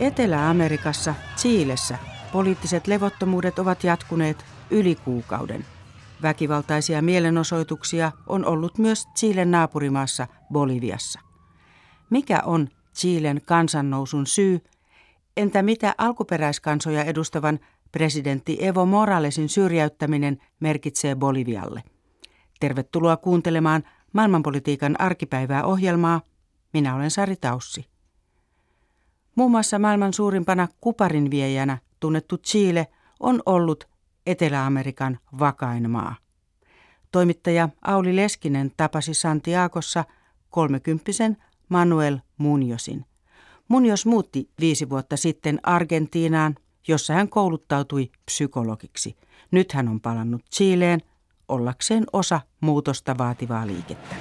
Etelä-Amerikassa, Chilessä, poliittiset levottomuudet ovat jatkuneet yli kuukauden. Väkivaltaisia mielenosoituksia on ollut myös Chilen naapurimaassa Boliviassa. Mikä on Chilen kansannousun syy? Entä mitä alkuperäiskansoja edustavan presidentti Evo Moralesin syrjäyttäminen merkitsee Bolivialle? Tervetuloa kuuntelemaan maailmanpolitiikan arkipäivää ohjelmaa. Minä olen Sari Taussi. Muun muassa maailman suurimpana kuparinviejänä tunnettu Chile on ollut Etelä-Amerikan vakain maa. Toimittaja Auli Leskinen tapasi Santiagossa 30-vuotiaan Manuel Muñozin. Muñoz muutti 5 vuotta sitten Argentiinaan, jossa hän kouluttautui psykologiksi. Nyt hän on palannut Chileen ollakseen osa muutosta vaativaa liikettä.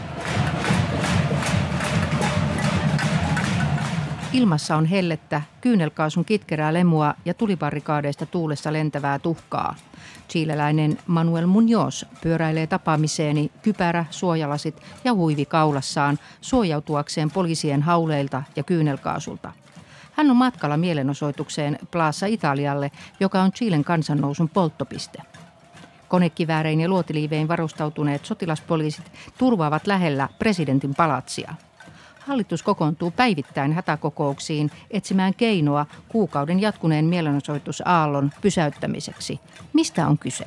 Ilmassa on hellettä, kyynelkaasun kitkerää lemua ja tulibarrikaadeista tuulessa lentävää tuhkaa. Chileläinen Manuel Muñoz pyöräilee tapaamiseeni kypärä, suojalasit ja huivi kaulassaan suojautuakseen poliisien hauleilta ja kyynelkaasulta. Hän on matkalla mielenosoitukseen Plaza Italialle, joka on Chilen kansannousun polttopiste. Konekiväärein ja luotiliivein varustautuneet sotilaspoliisit turvaavat lähellä presidentin palatsia. Hallitus kokoontuu päivittäin hätäkokouksiin etsimään keinoa kuukauden jatkuneen mielenosoitusaallon pysäyttämiseksi. Mistä on kyse?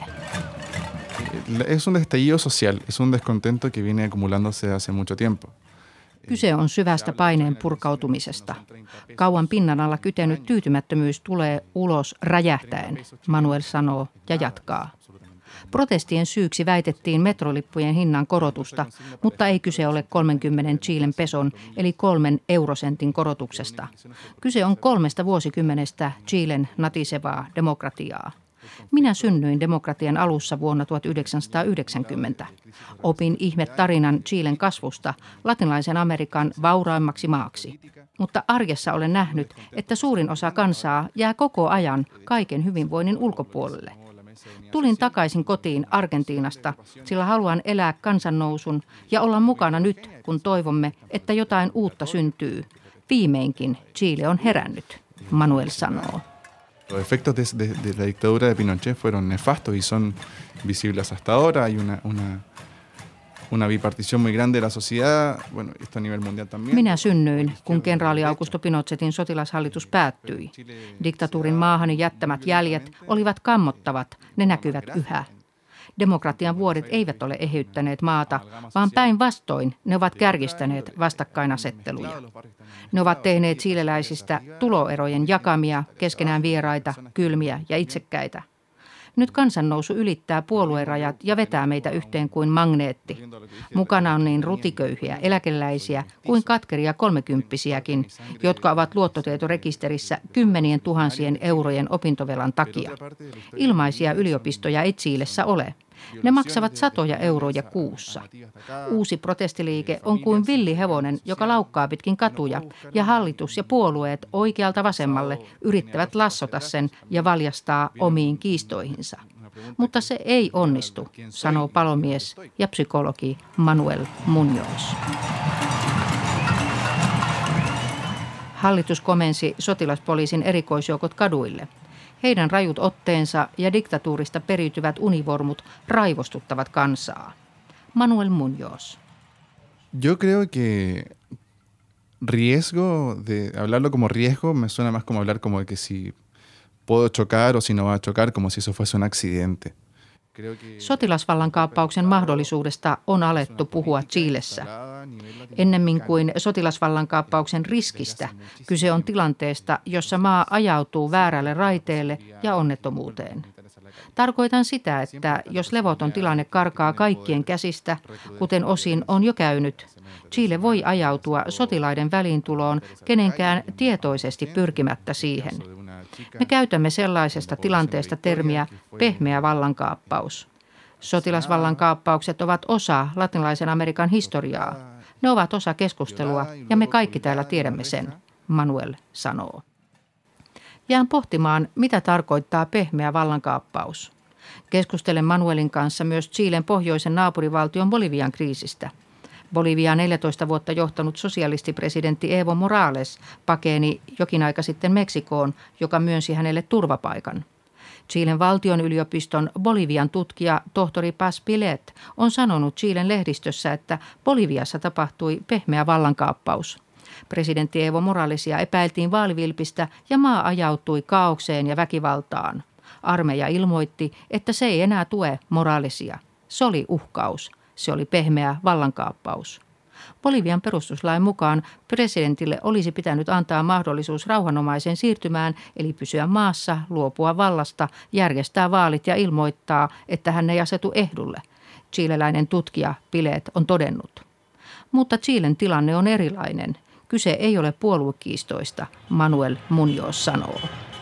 Es un estallido social, es un descontento que viene acumulándose hace mucho tiempo. Kyse on syvästä paineen purkautumisesta. Kauan pinnan alla kytenyt tyytymättömyys tulee ulos räjähtäen, Manuel sanoo ja jatkaa. Protestien syyksi väitettiin metrolippujen hinnan korotusta, mutta ei kyse ole 30 Chilen peson eli 3 eurosentin korotuksesta. Kyse on 3 vuosikymmenestä Chilen natisevaa demokratiaa. Minä synnyin demokratian alussa vuonna 1990. Opin ihmetarinan Chilen kasvusta latinalaisen Amerikan vauraimmaksi maaksi. Mutta arjessa olen nähnyt, että suurin osa kansaa jää koko ajan kaiken hyvinvoinnin ulkopuolelle. Tulin takaisin kotiin Argentiinasta, sillä haluan elää kansannousun ja olla mukana nyt, kun toivomme, että jotain uutta syntyy. Viimeinkin Chile on herännyt, Manuel sanoo. Los efectos de la dictadura de Pinochet fueron nefastos y son visibles hasta ahora. Hay una bipartición muy grande de la sociedad, bueno, esto a nivel mundial también. Minä synnyin, kun kenraali Augusto Pinochetin sotilashallitus päättyi. Diktatuurin maahani jättämät jäljet olivat kammottavat, ne näkyvät yhä. Demokratian vuodet eivät ole eheyttäneet maata, vaan päinvastoin ne ovat kärjistäneet vastakkainasetteluja. Ne ovat tehneet chileläisistä tuloerojen jakamia, keskenään vieraita, kylmiä ja itsekkäitä. Nyt kansannousu ylittää puoluerajat ja vetää meitä yhteen kuin magneetti. Mukana on niin rutiköyhiä eläkeläisiä kuin katkeria 30-vuotiaitakin, jotka ovat luottotietorekisterissä 10 000 eurojen opintovelan takia. Ilmaisia yliopistoja ei Chilessä ole. Ne maksavat satoja euroja kuussa. Uusi protestiliike on kuin villihevonen, joka laukkaa pitkin katuja, ja hallitus ja puolueet oikealta vasemmalle yrittävät lassota sen ja valjastaa omiin kiistoihinsa. Mutta se ei onnistu, sanoo palomies ja psykologi Manuel Muñoz. Hallitus komensi sotilaspoliisin erikoisjoukot kaduille. Heidän rajut otteensa ja diktatuurista periytyvät univormut raivostuttavat kansaa. Manuel Muñoz. Yo creo que riesgo, de hablarlo como riesgo, me suena más como hablar como de que si puedo chocar o si no va a chocar, como si eso fuese un accidente. Sotilasvallankaappauksen mahdollisuudesta on alettu puhua Chilessä. Ennemmin kuin sotilasvallankaappauksen riskistä, kyse on tilanteesta, jossa maa ajautuu väärälle raiteelle ja onnettomuuteen. Tarkoitan sitä, että jos levoton tilanne karkaa kaikkien käsistä, kuten osin on jo käynyt, Chile voi ajautua sotilaiden väliintuloon kenenkään tietoisesti pyrkimättä siihen. Me käytämme sellaisesta tilanteesta termiä pehmeä vallankaappaus. Sotilasvallankaappaukset ovat osa latinalaisen Amerikan historiaa. Ne ovat osa keskustelua ja me kaikki täällä tiedämme sen, Manuel sanoo. Jään pohtimaan, mitä tarkoittaa pehmeä vallankaappaus. Keskustelen Manuelin kanssa myös Chilen pohjoisen naapurivaltion Bolivian kriisistä. Boliviaa 14 vuotta johtanut sosialistipresidentti Evo Morales pakeni jokin aika sitten Meksikoon, joka myönsi hänelle turvapaikan. Chilen valtion yliopiston Bolivian tutkija tohtori Paz Pilet on sanonut Chilen lehdistössä, että Boliviassa tapahtui pehmeä vallankaappaus. Presidentti Evo Moralesia epäiltiin vaalivilpistä ja maa ajautui kaaukseen ja väkivaltaan. Armeija ilmoitti, että se ei enää tue Moralesia. Se oli uhkaus. Se oli pehmeä vallankaappaus. Bolivian perustuslain mukaan presidentille olisi pitänyt antaa mahdollisuus rauhanomaiseen siirtymään, eli pysyä maassa, luopua vallasta, järjestää vaalit ja ilmoittaa, että hän ei asetu ehdolle. Chileläinen tutkija Pilet on todennut. Mutta Chilen tilanne on erilainen. Kyse ei ole puoluekiistoista, Manuel Muñoz sanoo.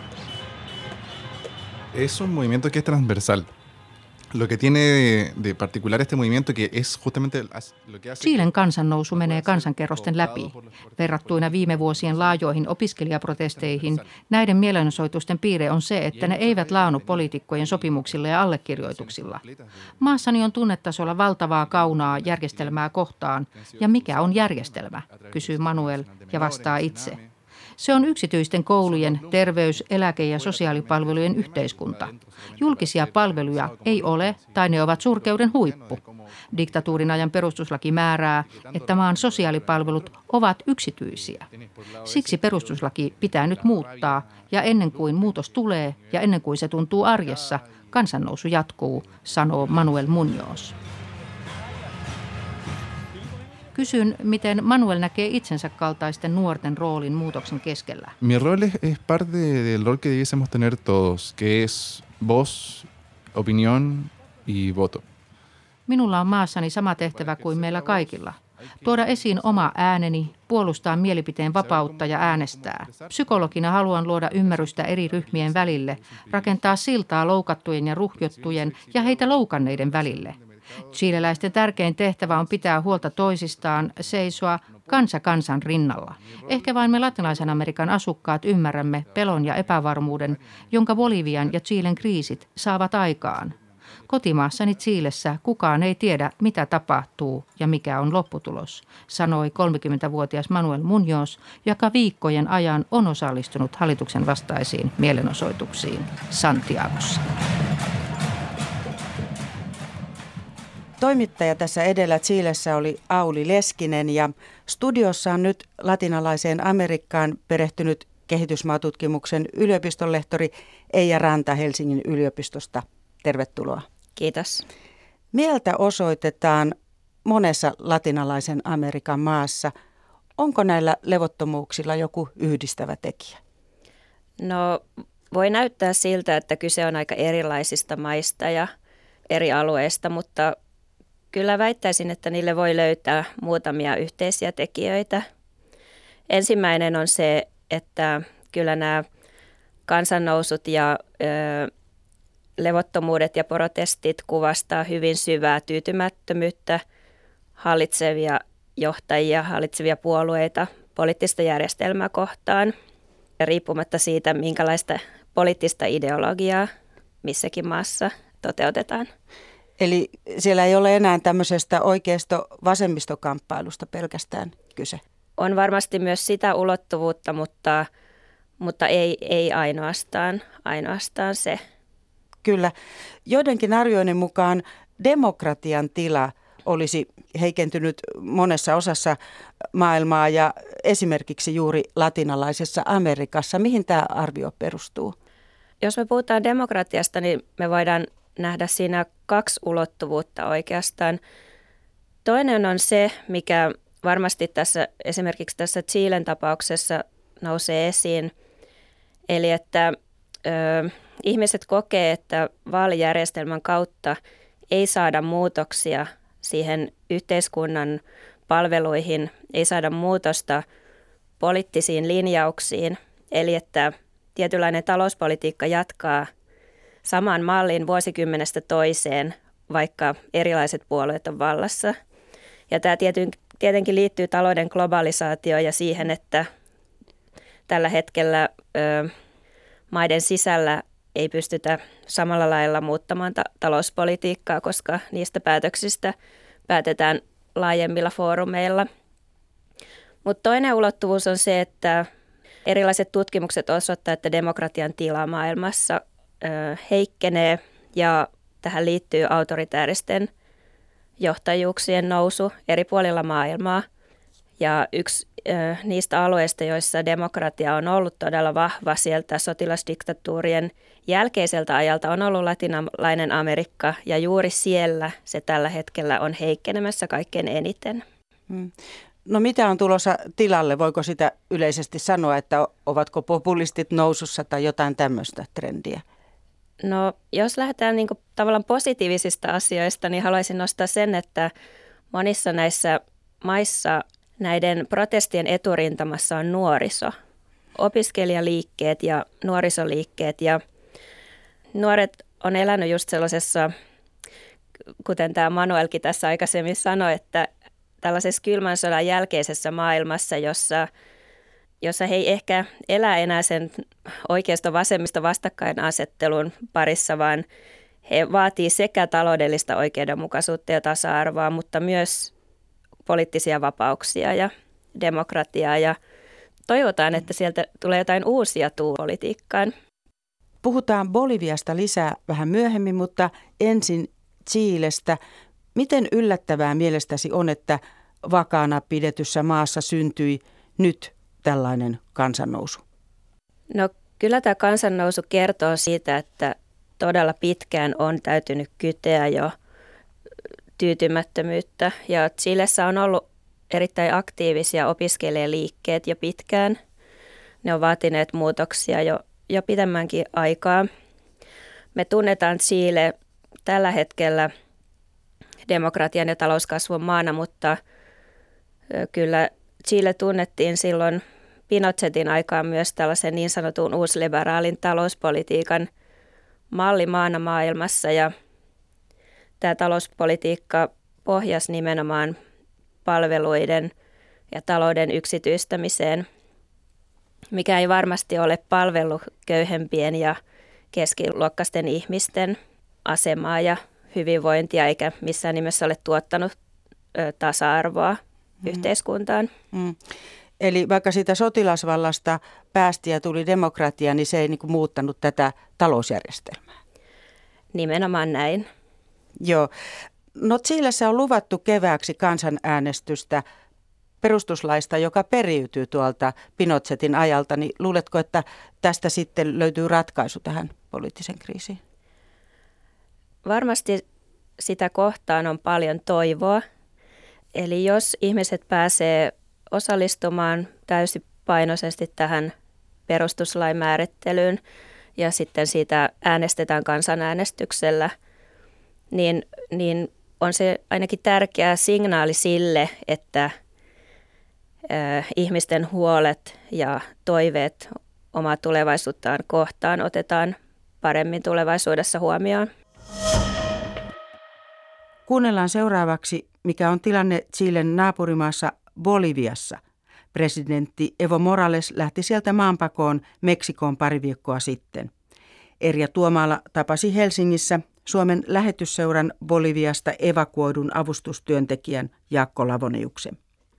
Es un movimiento que es transversal. Lo que tiene de particular este movimiento que es justamente lo que hace... Chilen kansannousu menee kansankerrosten läpi. Verrattuina viime vuosien laajoihin opiskelijaprotesteihin, näiden mielenosoitusten piirre on se, että ne eivät laannu poliitikkojen sopimuksilla ja allekirjoituksilla. Maassani on tunnetasolla valtavaa kaunaa järjestelmää kohtaan. Ja mikä on järjestelmä, kysyy Manuel ja vastaa itse. Se on yksityisten koulujen, terveys-, eläke- ja sosiaalipalvelujen yhteiskunta. Julkisia palveluja ei ole tai ne ovat surkeuden huippu. Diktatuurin ajan perustuslaki määrää, että maan sosiaalipalvelut ovat yksityisiä. Siksi perustuslaki pitää nyt muuttaa ja ennen kuin muutos tulee ja ennen kuin se tuntuu arjessa, kansannousu jatkuu, sanoo Manuel Muñoz. Kysyn, miten Manuel näkee itsensä kaltaisten nuorten roolin muutoksen keskellä. Mi rol es parte del rol que debiésemos tener todos, que es voz, opinión y voto. Minulla on maassani sama tehtävä kuin meillä kaikilla. Tuoda esiin oma ääneni, puolustaa mielipiteen vapautta ja äänestää. Psykologina haluan luoda ymmärrystä eri ryhmien välille, rakentaa siltaa loukattujen ja ruhjottujen ja heitä loukanneiden välille. Chileläisten tärkein tehtävä on pitää huolta toisistaan, seisoa kansan rinnalla. Ehkä vain me Latinalaisen Amerikan asukkaat ymmärrämme pelon ja epävarmuuden, jonka Bolivian ja Chilen kriisit saavat aikaan. Kotimaassani Chilessä kukaan ei tiedä, mitä tapahtuu ja mikä on lopputulos, sanoi 30-vuotias Manuel Muñoz, joka viikkojen ajan on osallistunut hallituksen vastaisiin mielenosoituksiin Santiagossa. Toimittaja tässä edellä Chilessä oli Auli Leskinen ja studiossa on nyt latinalaiseen Amerikkaan perehtynyt kehitysmaatutkimuksen yliopistonlehtori Eija Ranta Helsingin yliopistosta. Tervetuloa. Kiitos. Mieltä osoitetaan monessa latinalaisen Amerikan maassa. Onko näillä levottomuuksilla joku yhdistävä tekijä? No voi näyttää siltä, että kyse on aika erilaisista maista ja eri alueista, mutta kyllä väittäisin, että niille voi löytää muutamia yhteisiä tekijöitä. Ensimmäinen on se, että kyllä nämä kansannousut ja levottomuudet ja protestit kuvastaa hyvin syvää tyytymättömyyttä hallitsevia johtajia, hallitsevia puolueita, poliittista järjestelmää kohtaan. Ja riippumatta siitä, minkälaista poliittista ideologiaa missäkin maassa toteutetaan. Eli siellä ei ole enää tämmöisestä oikeisto-vasemmistokamppailusta pelkästään kyse? On varmasti myös sitä ulottuvuutta, mutta ei ainoastaan se. Kyllä. Joidenkin arvioinnin mukaan demokratian tila olisi heikentynyt monessa osassa maailmaa ja esimerkiksi juuri latinalaisessa Amerikassa. Mihin tämä arvio perustuu? Jos me puhutaan demokratiasta, niin me voidaan nähdä siinä kaksi ulottuvuutta oikeastaan. Toinen on se, mikä varmasti esimerkiksi tässä Chilen tapauksessa nousee esiin, eli että ihmiset kokee, että vaalijärjestelmän kautta ei saada muutoksia siihen yhteiskunnan palveluihin, ei saada muutosta poliittisiin linjauksiin, eli että tietynlainen talouspolitiikka jatkaa samaan malliin vuosikymmenestä toiseen, vaikka erilaiset puolueet on vallassa. Ja tämä tietenkin liittyy talouden globalisaatioon ja siihen, että tällä hetkellä maiden sisällä ei pystytä samalla lailla muuttamaan talouspolitiikkaa, koska niistä päätöksistä päätetään laajemmilla foorumeilla. Mutta toinen ulottuvuus on se, että erilaiset tutkimukset osoittavat, että demokratian tila maailmassa heikkenee ja tähän liittyy autoritääristen johtajuuksien nousu eri puolilla maailmaa. Ja yksi niistä alueista, joissa demokratia on ollut todella vahva sieltä sotilasdiktatuurien jälkeiseltä ajalta, on ollut latinalainen Amerikka, ja juuri siellä se tällä hetkellä on heikkenemässä kaikkein eniten. No mitä on tulossa tilalle? Voiko sitä yleisesti sanoa, että ovatko populistit nousussa tai jotain tämmöistä trendiä? No jos lähdetään niin kuin tavallaan positiivisista asioista, niin haluaisin nostaa sen, että monissa näissä maissa näiden protestien eturintamassa on nuoriso, opiskelijaliikkeet ja nuorisoliikkeet. Ja nuoret on elänyt just sellaisessa, kuten tämä Manuelkin tässä aikaisemmin sanoi, että tällaisessa kylmän sodan jälkeisessä maailmassa, jossa he ei ehkä elä enää sen oikeisto-vasemmista vastakkainasettelun parissa, vaan he vaatii sekä taloudellista oikeudenmukaisuutta ja tasa-arvoa, mutta myös poliittisia vapauksia ja demokratiaa. Ja toivotaan, että sieltä tulee jotain uusia politiikkaan. Puhutaan Boliviasta lisää vähän myöhemmin, mutta ensin Chilestä. Miten yllättävää mielestäsi on, että vakaana pidetyssä maassa syntyi nyt tällainen kansannousu? No kyllä tämä kansannousu kertoo siitä, että todella pitkään on täytynyt kyteä jo tyytymättömyyttä. Ja Chilessä on ollut erittäin aktiivisia opiskelijaliikkeet jo pitkään. Ne on vaatineet muutoksia jo pidemmänkin aikaa. Me tunnetaan Chile tällä hetkellä demokratian ja talouskasvun maana, mutta kyllä Chile tunnettiin silloin Pinochetin aikaan myös tällaisen niin sanotun uusliberaalin talouspolitiikan mallimaana maailmassa. Ja tämä talouspolitiikka pohjasi nimenomaan palveluiden ja talouden yksityistämiseen, mikä ei varmasti ole palvellut köyhempien ja keskiluokkaisten ihmisten asemaa ja hyvinvointia, eikä missään nimessä ole tuottanut tasa-arvoa yhteiskuntaan. Eli vaikka siitä sotilasvallasta päästiin ja tuli demokratia, niin se ei niinku muuttanut tätä talousjärjestelmää. Nimenomaan näin. Joo. No Chilessä on luvattu kevääksi kansanäänestystä perustuslaista, joka periytyy tuolta Pinochetin ajalta. Niin luuletko, että tästä sitten löytyy ratkaisu tähän poliittiseen kriisiin? Varmasti sitä kohtaan on paljon toivoa. Eli jos ihmiset pääsee osallistumaan täysipainoisesti tähän perustuslain määrittelyyn ja sitten siitä äänestetään kansanäänestyksellä, niin on se ainakin tärkeä signaali sille, että ihmisten huolet ja toiveet omaa tulevaisuuttaan kohtaan otetaan paremmin tulevaisuudessa huomioon. Kuunnellaan seuraavaksi, mikä on tilanne Chilen naapurimaassa Boliviassa. Presidentti Evo Morales lähti sieltä maanpakoon Meksikoon pari viikkoa sitten. Erja Tuomaala tapasi Helsingissä Suomen lähetysseuran Boliviasta evakuoidun avustustyöntekijän Jaakko Lavoniuksen.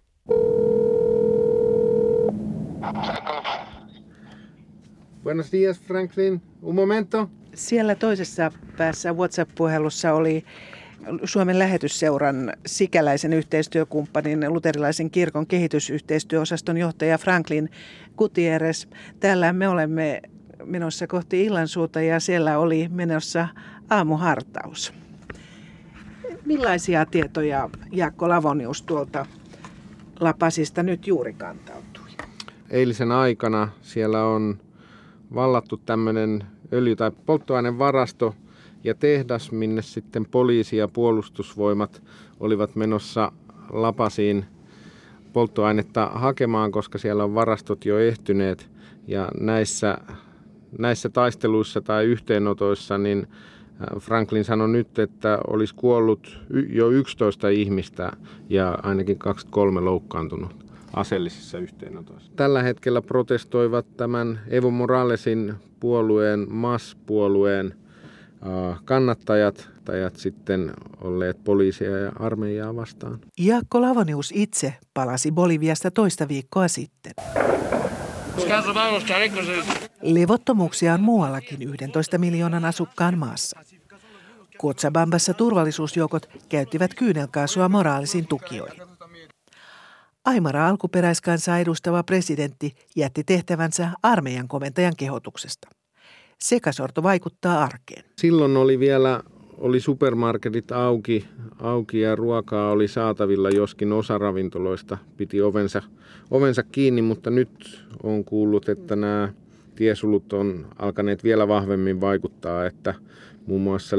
Buenos días, Franklin. Un momento. Siellä toisessa päässä WhatsApp-puhelussa oli Suomen lähetysseuran sikäläisen yhteistyökumppanin luterilaisen kirkon kehitysyhteistyöosaston johtaja Franklin Gutierrez. Täällä me olemme menossa kohti illansuuta ja siellä oli menossa aamuhartaus. Millaisia tietoja Jaakko Lavonius tuolta La Pazista nyt juuri kantautui? Eilisen aikana siellä on vallattu tämmöinen öljy- tai polttoainevarasto ja tehdas, minne sitten poliisi ja puolustusvoimat olivat menossa La Paziin polttoainetta hakemaan, koska siellä on varastot jo ehtyneet. Ja näissä taisteluissa tai yhteenotoissa niin Franklin sanoi nyt, että olisi kuollut jo 11 ihmistä ja ainakin 23 loukkaantunut aseellisissa yhteenotoissa. Tällä hetkellä protestoivat tämän Evo Moralesin puolueen, MAS-puolueen kannattajat johtajat sitten olleet poliisia ja armeijaa vastaan. Jaakko Lavonius itse palasi Boliviasta toista viikkoa sitten. Levottomuuksia on muuallakin 11 miljoonan asukkaan maassa. Cochabambassa turvallisuusjoukot käyttivät kyynelkaasua moraalisiin tukijoihin. Aymara alkuperäiskansaa edustava presidentti jätti tehtävänsä armeijan komentajan kehotuksesta. Sekasorto vaikuttaa arkeen. Silloin oli supermarketit auki ja ruokaa oli saatavilla, joskin osa ravintoloista piti ovensa kiinni, mutta nyt on kuullut, että nämä tiesulut on alkaneet vielä vahvemmin vaikuttaa, että muun muassa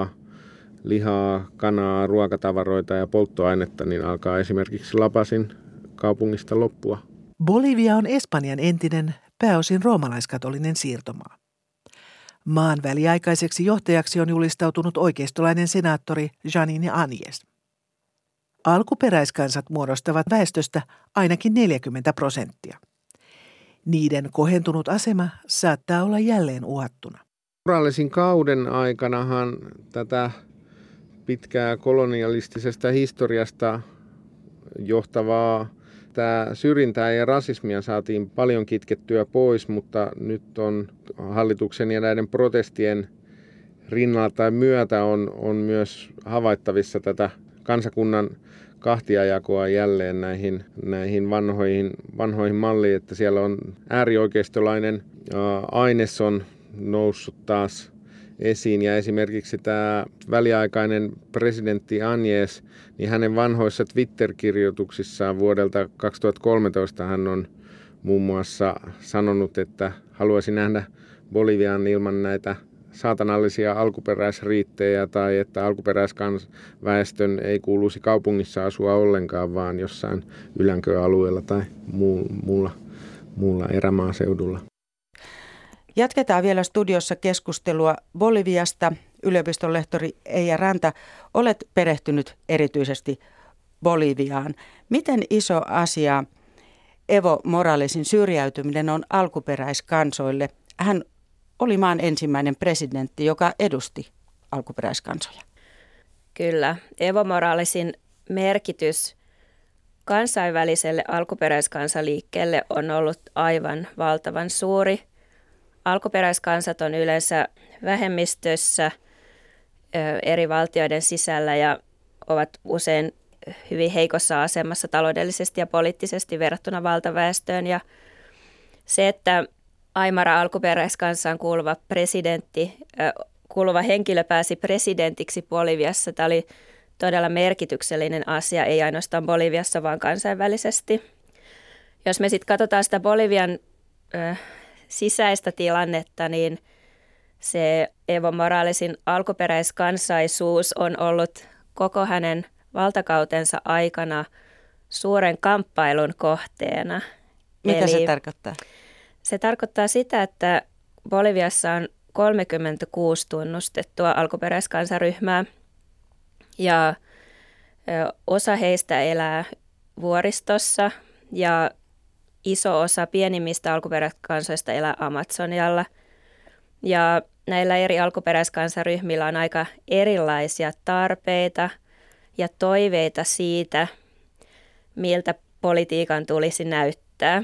lihaa, kanaa, ruokatavaroita ja polttoainetta niin alkaa esimerkiksi La Pazin kaupungista loppua. Bolivia on Espanjan entinen, pääosin roomalaiskatolinen siirtomaa. Maan väliaikaiseksi johtajaksi on julistautunut oikeistolainen senaattori Janine Áñez. Alkuperäiskansat muodostavat väestöstä ainakin 40%. Niiden kohentunut asema saattaa olla jälleen uhattuna. Moralesin kauden aikanahan tätä pitkää kolonialistisesta historiasta johtavaa syrjintää ja rasismia saatiin paljon kitkettyä pois, mutta nyt on hallituksen ja näiden protestien rinnalla tai myötä on myös havaittavissa tätä kansakunnan kahtiajakoa jälleen näihin vanhoihin malliin, että siellä on äärioikeistolainen aines on noussut taas esiin ja esimerkiksi tämä väliaikainen presidentti Áñez, niin hänen vanhoissa Twitter-kirjoituksissaan vuodelta 2013 hän on muun muassa sanonut, että haluaisi nähdä Bolivian ilman näitä saatanallisia alkuperäisriittejä tai että alkuperäisväestön ei kuuluisi kaupungissa asua ollenkaan, vaan jossain ylänköalueella tai muulla erämaaseudulla. Jatketaan vielä studiossa keskustelua Boliviasta. Yliopiston lehtori Eija Ranta, olet perehtynyt erityisesti Boliviaan. Miten iso asia Evo Moralesin syrjäytyminen on alkuperäiskansoille? Hän oli maan ensimmäinen presidentti, joka edusti alkuperäiskansoja. Kyllä. Evo Moralesin merkitys kansainväliselle alkuperäiskansaliikkeelle on ollut aivan valtavan suuri. Alkuperäiskansat on yleensä vähemmistössä eri valtioiden sisällä ja ovat usein hyvin heikossa asemassa taloudellisesti ja poliittisesti verrattuna valtaväestöön. Ja se, että Aymara alkuperäiskansaan kuuluva henkilö pääsi presidentiksi Boliviassa, tämä oli todella merkityksellinen asia, ei ainoastaan Boliviassa, vaan kansainvälisesti. Jos me sitten katsotaan sitä Bolivian sisäistä tilannetta, niin se Evo Moralesin alkuperäiskansaisuus on ollut koko hänen valtakautensa aikana suuren kamppailun kohteena. Mitä se tarkoittaa? Se tarkoittaa sitä, että Boliviassa on 36 tunnustettua alkuperäiskansaryhmää ja osa heistä elää vuoristossa ja iso osa pienimmistä alkuperäiskansoista elää Amazonialla. Ja näillä eri alkuperäiskansaryhmillä on aika erilaisia tarpeita ja toiveita siitä, miltä politiikan tulisi näyttää.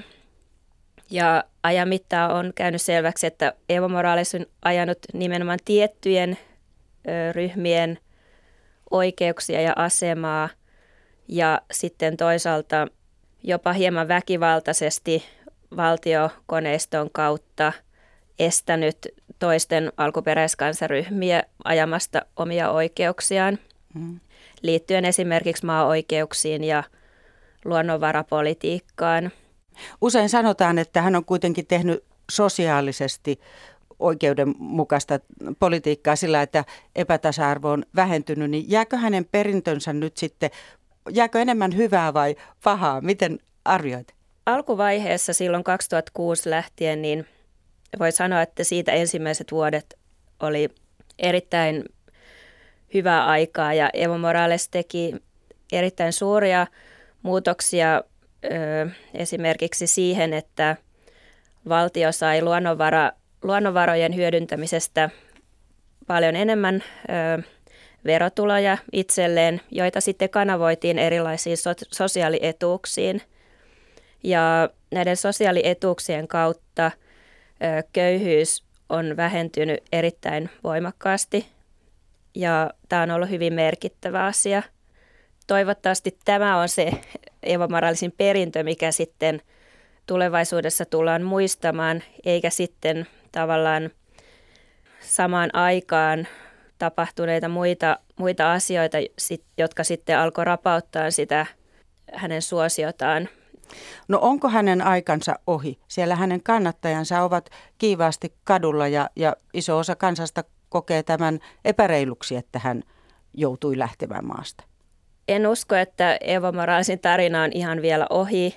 Ja ajan mittaan on käynyt selväksi, että Evo Morales on ajanut nimenomaan tiettyjen ryhmien oikeuksia ja asemaa ja sitten toisaalta jopa hieman väkivaltaisesti valtiokoneiston kautta estänyt toisten alkuperäiskansaryhmiä ajamasta omia oikeuksiaan liittyen esimerkiksi maa-oikeuksiin ja luonnonvarapolitiikkaan. Usein sanotaan, että hän on kuitenkin tehnyt sosiaalisesti oikeudenmukaista politiikkaa sillä, että epätasa-arvo on vähentynyt, niin jääkö hänen perintönsä nyt sitten, jääkö enemmän hyvää vai pahaa? Miten arvioit? Alkuvaiheessa silloin 2006 lähtien, niin voi sanoa, että siitä ensimmäiset vuodet oli erittäin hyvää aikaa ja Evo Morales teki erittäin suuria muutoksia esimerkiksi siihen, että valtio sai luonnonvarojen hyödyntämisestä paljon enemmän verotuloja itselleen, joita sitten kanavoitiin erilaisiin sosiaalietuuksiin. Ja näiden sosiaalietuuksien kautta köyhyys on vähentynyt erittäin voimakkaasti ja tämä on ollut hyvin merkittävä asia. Toivottavasti tämä on se Evo Moralesin perintö, mikä sitten tulevaisuudessa tullaan muistamaan, eikä sitten tavallaan samaan aikaan tapahtuneita muita asioita, jotka sitten alkoi rapauttaa sitä hänen suosiotaan. No onko hänen aikansa ohi? Siellä hänen kannattajansa ovat kiivaasti kadulla ja iso osa kansasta kokee tämän epäreiluksi, että hän joutui lähtemään maasta. En usko, että Evo Moralesin tarina on ihan vielä ohi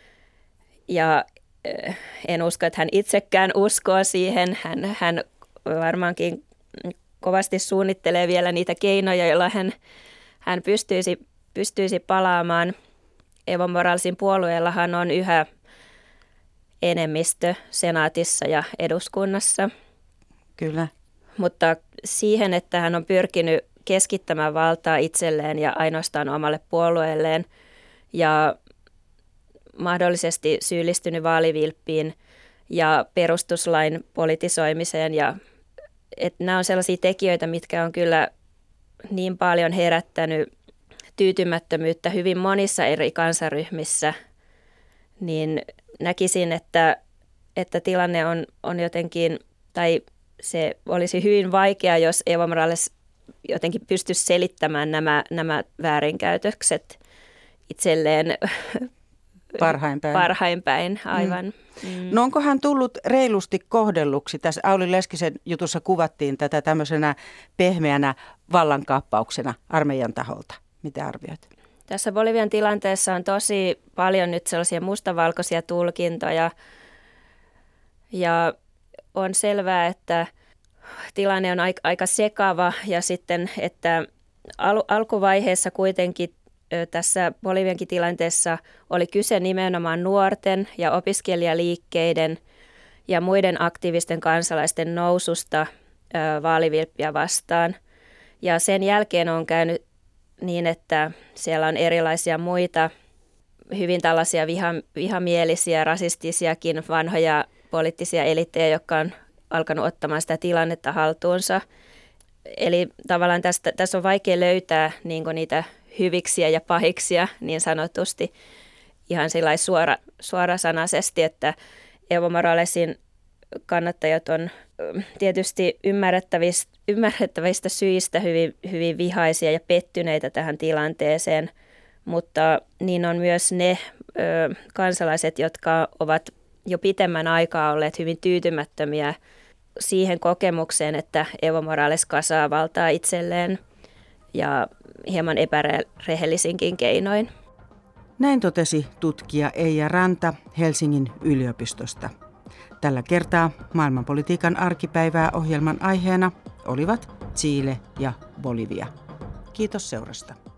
ja en usko, että hän itsekään uskoo siihen. Hän varmaankin kovasti suunnittelee vielä niitä keinoja, joilla hän pystyisi palaamaan. Evo Moralesin puolueellahan on yhä enemmistö senaatissa ja eduskunnassa. Kyllä. Mutta siihen, että hän on pyrkinyt keskittämään valtaa itselleen ja ainoastaan omalle puolueelleen ja mahdollisesti syyllistynyt vaalivilppiin ja perustuslain politisoimiseen. Että nämä on sellaisia tekijöitä, mitkä on kyllä niin paljon herättänyt tyytymättömyyttä hyvin monissa eri kansaryhmissä, niin näkisin, että tilanne on jotenkin, tai se olisi hyvin vaikea, jos Evo Morales jotenkin pystyisi selittämään nämä väärinkäytökset itselleen parhain päin, aivan. No onko hän tullut reilusti kohdelluksi? Tässä Auli Leskisen jutussa kuvattiin tätä tämmöisenä pehmeänä vallankaappauksena armeijan taholta. Mitä arvioit? Tässä Bolivian tilanteessa on tosi paljon nyt sellaisia mustavalkoisia tulkintoja ja on selvää, että tilanne on aika sekava ja sitten, että alkuvaiheessa kuitenkin tässä Boliviankin tilanteessa oli kyse nimenomaan nuorten ja opiskelijaliikkeiden ja muiden aktiivisten kansalaisten noususta vaalivilppiä vastaan. Ja sen jälkeen on käynyt niin, että siellä on erilaisia muita hyvin tällaisia vihamielisiä, rasistisiakin vanhoja poliittisia eliittejä, jotka on alkanut ottamaan sitä tilannetta haltuunsa. Eli tavallaan tässä on vaikea löytää niin kuin niitä hyviksiä ja pahiksia niin sanotusti ihan suorasanaisesti, että Evo Moralesin kannattajat on tietysti ymmärrettävistä syistä hyvin vihaisia ja pettyneitä tähän tilanteeseen, mutta niin on myös ne kansalaiset, jotka ovat jo pitemmän aikaa olleet hyvin tyytymättömiä siihen kokemukseen, että Evo Morales kasaa valtaa itselleen ja hieman epärehellisinkin keinoin. Näin totesi tutkija Eija Ranta Helsingin yliopistosta. Tällä kertaa maailmanpolitiikan arkipäivää ohjelman aiheena olivat Chile ja Bolivia. Kiitos seurasta.